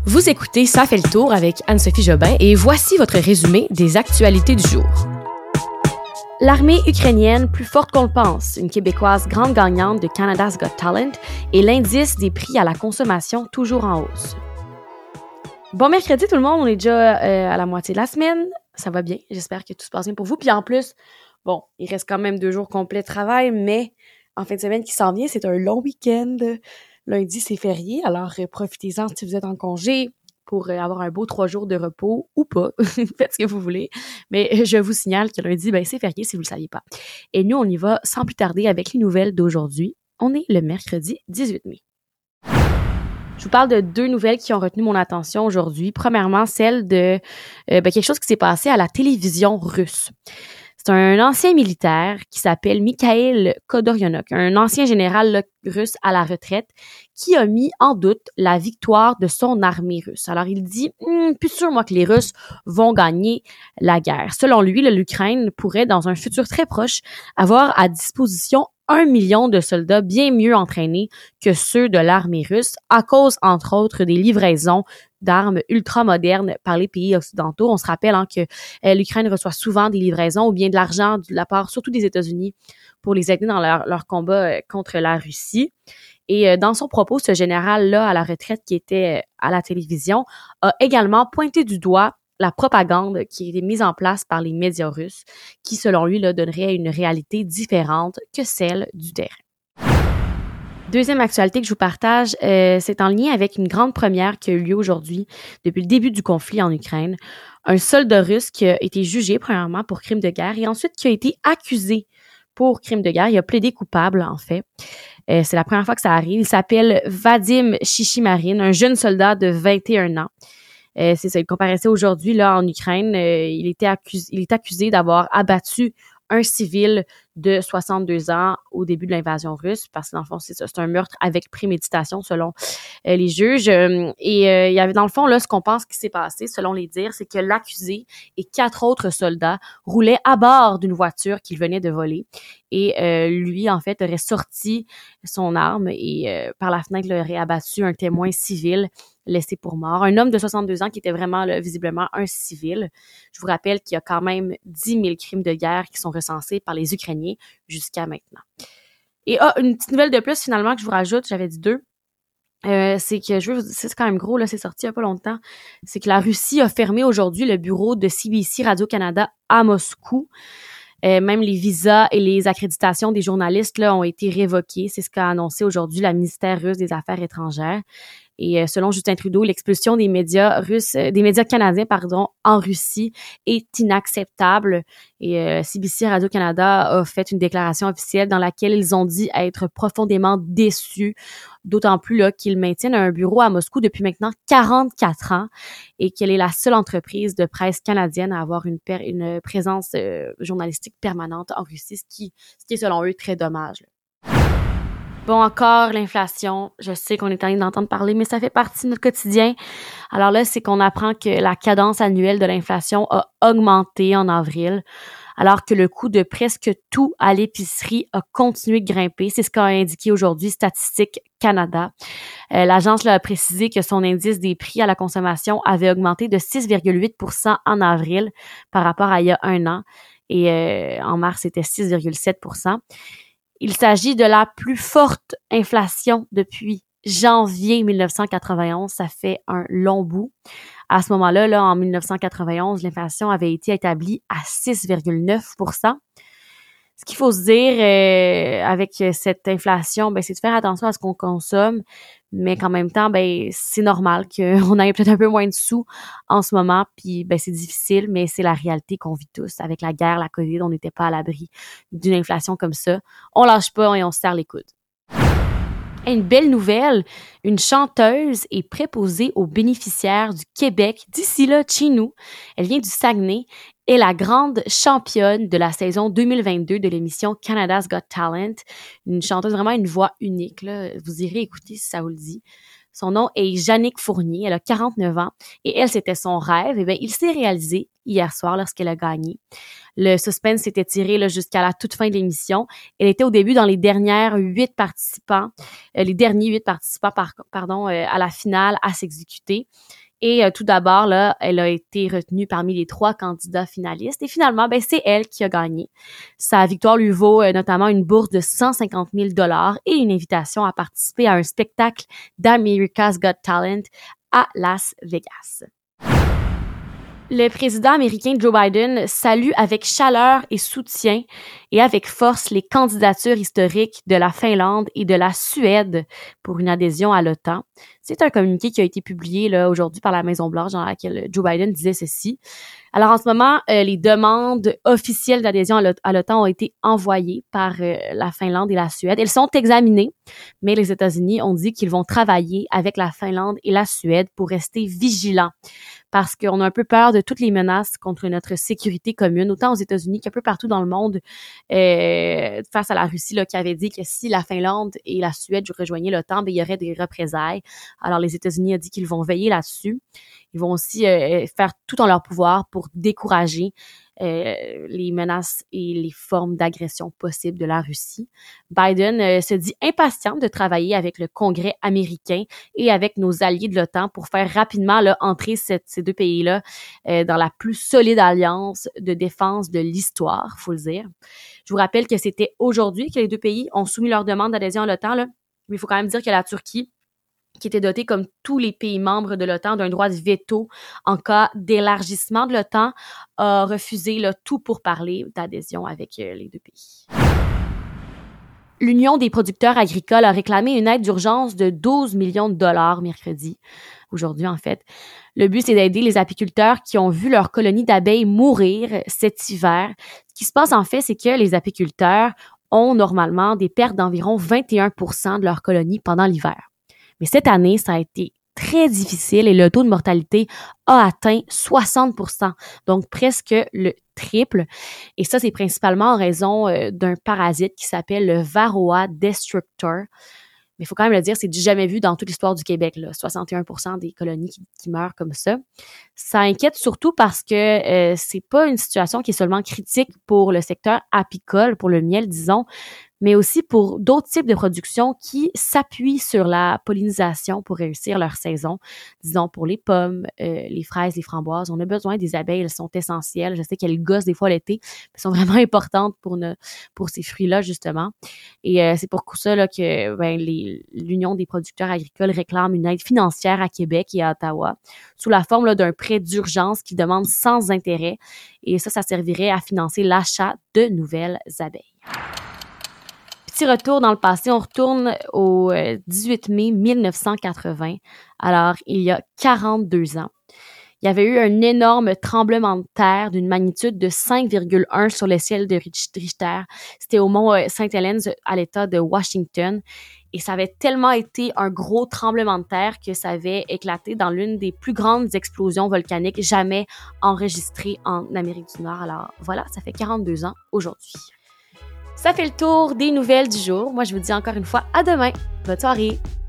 Vous écoutez Ça fait le tour avec Anne-Sophie Jobin et voici votre résumé des actualités du jour. L'armée ukrainienne plus forte qu'on le pense, une Québécoise grande gagnante de Canada's Got Talent et l'indice des prix à la consommation toujours en hausse. Bon mercredi tout le monde, on est déjà à la moitié de la semaine. Ça va bien, j'espère que tout se passe bien pour vous. Puis en plus, bon, il reste quand même 2 jours complets de travail, mais en fin de semaine qui s'en vient, c'est un long week-end. Lundi, c'est férié, alors profitez-en si vous êtes en congé pour avoir un beau 3 jours de repos ou pas. Faites ce que vous voulez. Mais je vous signale que lundi, c'est férié si vous ne le saviez pas. Et nous, on y va sans plus avec les nouvelles d'aujourd'hui. On est le mercredi 18 mai. Je vous parle de 2 nouvelles qui ont retenu mon attention aujourd'hui. Premièrement, celle de quelque chose qui s'est passé à la télévision russe. C'est un ancien militaire qui s'appelle Mikhail Khodorionok, un ancien général russe à la retraite qui a mis en doute la victoire de son armée russe. Alors il dit « Plus sûr moi que les Russes vont gagner la guerre ». Selon lui, l'Ukraine pourrait, dans un futur très proche, avoir à disposition 1 million de soldats bien mieux entraînés que ceux de l'armée russe à cause, entre autres, des livraisons d'armes ultra-modernes par les pays occidentaux. On se rappelle que l'Ukraine reçoit souvent des livraisons ou bien de l'argent de la part surtout des États-Unis pour les aider dans leur combat contre la Russie. Et dans son propos, ce général-là à la retraite qui était à la télévision a également pointé du doigt la propagande qui a été mise en place par les médias russes qui, selon lui, donnerait une réalité différente que celle du terrain. Deuxième actualité que je vous partage, c'est en lien avec une grande première qui a eu lieu aujourd'hui depuis le début du conflit en Ukraine. Un soldat russe qui a été jugé premièrement pour crime de guerre et ensuite qui a été accusé pour crime de guerre. Il a plaidé coupable, en fait. C'est la première fois que ça arrive. Il s'appelle Vadim Chichimarin, un jeune soldat de 21 ans. C'est ça, il comparaissait aujourd'hui là en Ukraine. Il est accusé d'avoir abattu un civil de 62 ans au début de l'invasion russe, parce que dans le fond, c'est ça, c'est un meurtre avec préméditation selon les juges. Il y avait dans le fond, là, ce qu'on pense qui s'est passé, selon les dires, c'est que l'accusé et 4 autres soldats roulaient à bord d'une voiture qu'ils venaient de voler. Et lui, en fait, aurait sorti son arme et par la fenêtre, il aurait abattu un témoin civil laissé pour mort. Un homme de 62 ans qui était vraiment là, visiblement un civil. Je vous rappelle qu'il y a quand même 10 000 crimes de guerre qui sont recensés par les Ukrainiens jusqu'à maintenant. Et une petite nouvelle de plus finalement que je vous rajoute, j'avais dit 2. C'est que c'est quand même gros, là, c'est sorti il y a pas longtemps. C'est que la Russie a fermé aujourd'hui le bureau de CBC Radio-Canada à Moscou. Même les visas et les accréditations des journalistes là ont été révoqués. C'est ce qu'a annoncé aujourd'hui le ministère russe des Affaires étrangères. Et selon Justin Trudeau, l'expulsion des médias canadiens, en Russie est inacceptable. Et CBC Radio-Canada a fait une déclaration officielle dans laquelle ils ont dit être profondément déçus, d'autant plus là qu'ils maintiennent un bureau à Moscou depuis maintenant 44 ans et qu'elle est la seule entreprise de presse canadienne à avoir une présence journalistique permanente en Russie, ce qui est selon eux très dommage, là. Bon, encore l'inflation. Je sais qu'on est en train d'entendre parler, mais ça fait partie de notre quotidien. Alors là, c'est qu'on apprend que la cadence annuelle de l'inflation a augmenté en avril, alors que le coût de presque tout à l'épicerie a continué de grimper. C'est ce qu'a indiqué aujourd'hui Statistique Canada. L'agence a précisé que son indice des prix à la consommation avait augmenté de 6,8% en avril par rapport à il y a 1 an. Et en mars, c'était 6,7%. Il s'agit de la plus forte inflation depuis janvier 1991. Ça fait un long bout. À ce moment-là, là, en 1991, l'inflation avait été établie à 6,9%. Ce qu'il faut se dire avec cette inflation, c'est de faire attention à ce qu'on consomme, mais qu'en même temps, c'est normal qu'on ait peut-être un peu moins de sous en ce moment, puis c'est difficile, mais c'est la réalité qu'on vit tous. Avec la guerre, la COVID, on n'était pas à l'abri d'une inflation comme ça. On lâche pas et on se serre les coudes. Et une belle nouvelle, une chanteuse est préposée aux bénéficiaires du Québec, d'ici là, chez nous. Elle vient du Saguenay, est la grande championne de la saison 2022 de l'émission Canada's Got Talent. Une chanteuse, vraiment une voix unique, là. Vous irez écouter si ça vous le dit. Son nom est Jannick Fournier, elle a 49 ans et elle, c'était son rêve. Et bien, il s'est réalisé hier soir lorsqu'elle a gagné. Le suspense s'était tiré là, jusqu'à la toute fin de l'émission. Elle était au début dans les derniers 8 participants à la finale à s'exécuter. Et tout d'abord, là, elle a été retenue parmi les 3 candidats finalistes. Et finalement, ben, c'est elle qui a gagné. Sa victoire lui vaut notamment une bourse de 150 000 $ et une invitation à participer à un spectacle d'America's Got Talent à Las Vegas. Le président américain Joe Biden salue avec chaleur et soutien et avec force les candidatures historiques de la Finlande et de la Suède pour une adhésion à l'OTAN. C'est un communiqué qui a été publié là, aujourd'hui par la Maison-Blanche dans laquelle Joe Biden disait ceci. Alors en ce moment, les demandes officielles d'adhésion à l'OTAN ont été envoyées par la Finlande et la Suède. Elles sont examinées, mais les États-Unis ont dit qu'ils vont travailler avec la Finlande et la Suède pour rester vigilants parce qu'on a un peu peur de toutes les menaces contre notre sécurité commune, autant aux États-Unis qu'un peu partout dans le monde, face à la Russie là, qui avait dit que si la Finlande et la Suède rejoignaient l'OTAN, ben, il y aurait des représailles. Alors les États-Unis ont dit qu'ils vont veiller là-dessus. Ils vont aussi faire tout en leur pouvoir pour décourager les menaces et les formes d'agression possibles de la Russie. Biden se dit impatient de travailler avec le Congrès américain et avec nos alliés de l'OTAN pour faire rapidement là, entrer ces 2 pays-là dans la plus solide alliance de défense de l'histoire, faut le dire. Je vous rappelle que c'était aujourd'hui que les 2 pays ont soumis leur demande d'adhésion à l'OTAN, là. Mais il faut quand même dire que la Turquie, qui était dotée comme tous les pays membres de l'OTAN d'un droit de veto en cas d'élargissement de l'OTAN, a refusé là, tout pour parler d'adhésion avec les 2 pays. L'Union des producteurs agricoles a réclamé une aide d'urgence de 12 millions de $ mercredi, aujourd'hui en fait. Le but, c'est d'aider les apiculteurs qui ont vu leur colonie d'abeilles mourir cet hiver. Ce qui se passe en fait, c'est que les apiculteurs ont normalement des pertes d'environ 21% de leur colonie pendant l'hiver. Mais cette année, ça a été très difficile et le taux de mortalité a atteint 60%, donc presque le triple. Et ça, c'est principalement en raison d'un parasite qui s'appelle le Varroa destructor. Mais il faut quand même le dire, c'est du jamais vu dans toute l'histoire du Québec, là, 61% des colonies qui meurent comme ça. Ça inquiète surtout parce que c'est pas une situation qui est seulement critique pour le secteur apicole, pour le miel, disons, mais aussi pour d'autres types de productions qui s'appuient sur la pollinisation pour réussir leur saison. Disons, pour les pommes, les fraises, les framboises, on a besoin des abeilles, elles sont essentielles. Je sais qu'elles gossent des fois l'été, mais elles sont vraiment importantes pour ces fruits-là, justement. Et c'est pour ça là, que l'Union des producteurs agricoles réclame une aide financière à Québec et à Ottawa sous la forme là, d'un prêt d'urgence qui demande sans intérêt. Et ça servirait à financer l'achat de nouvelles abeilles. Petit retour dans le passé, on retourne au 18 mai 1980, alors il y a 42 ans. Il y avait eu un énorme tremblement de terre d'une magnitude de 5,1 sur l'échelle de Richter. C'était au mont St. Helens à l'État de Washington. Et ça avait tellement été un gros tremblement de terre que ça avait éclaté dans l'une des plus grandes explosions volcaniques jamais enregistrées en Amérique du Nord. Alors voilà, ça fait 42 ans aujourd'hui. Ça fait le tour des nouvelles du jour. Moi, je vous dis encore une fois à demain. Bonne soirée!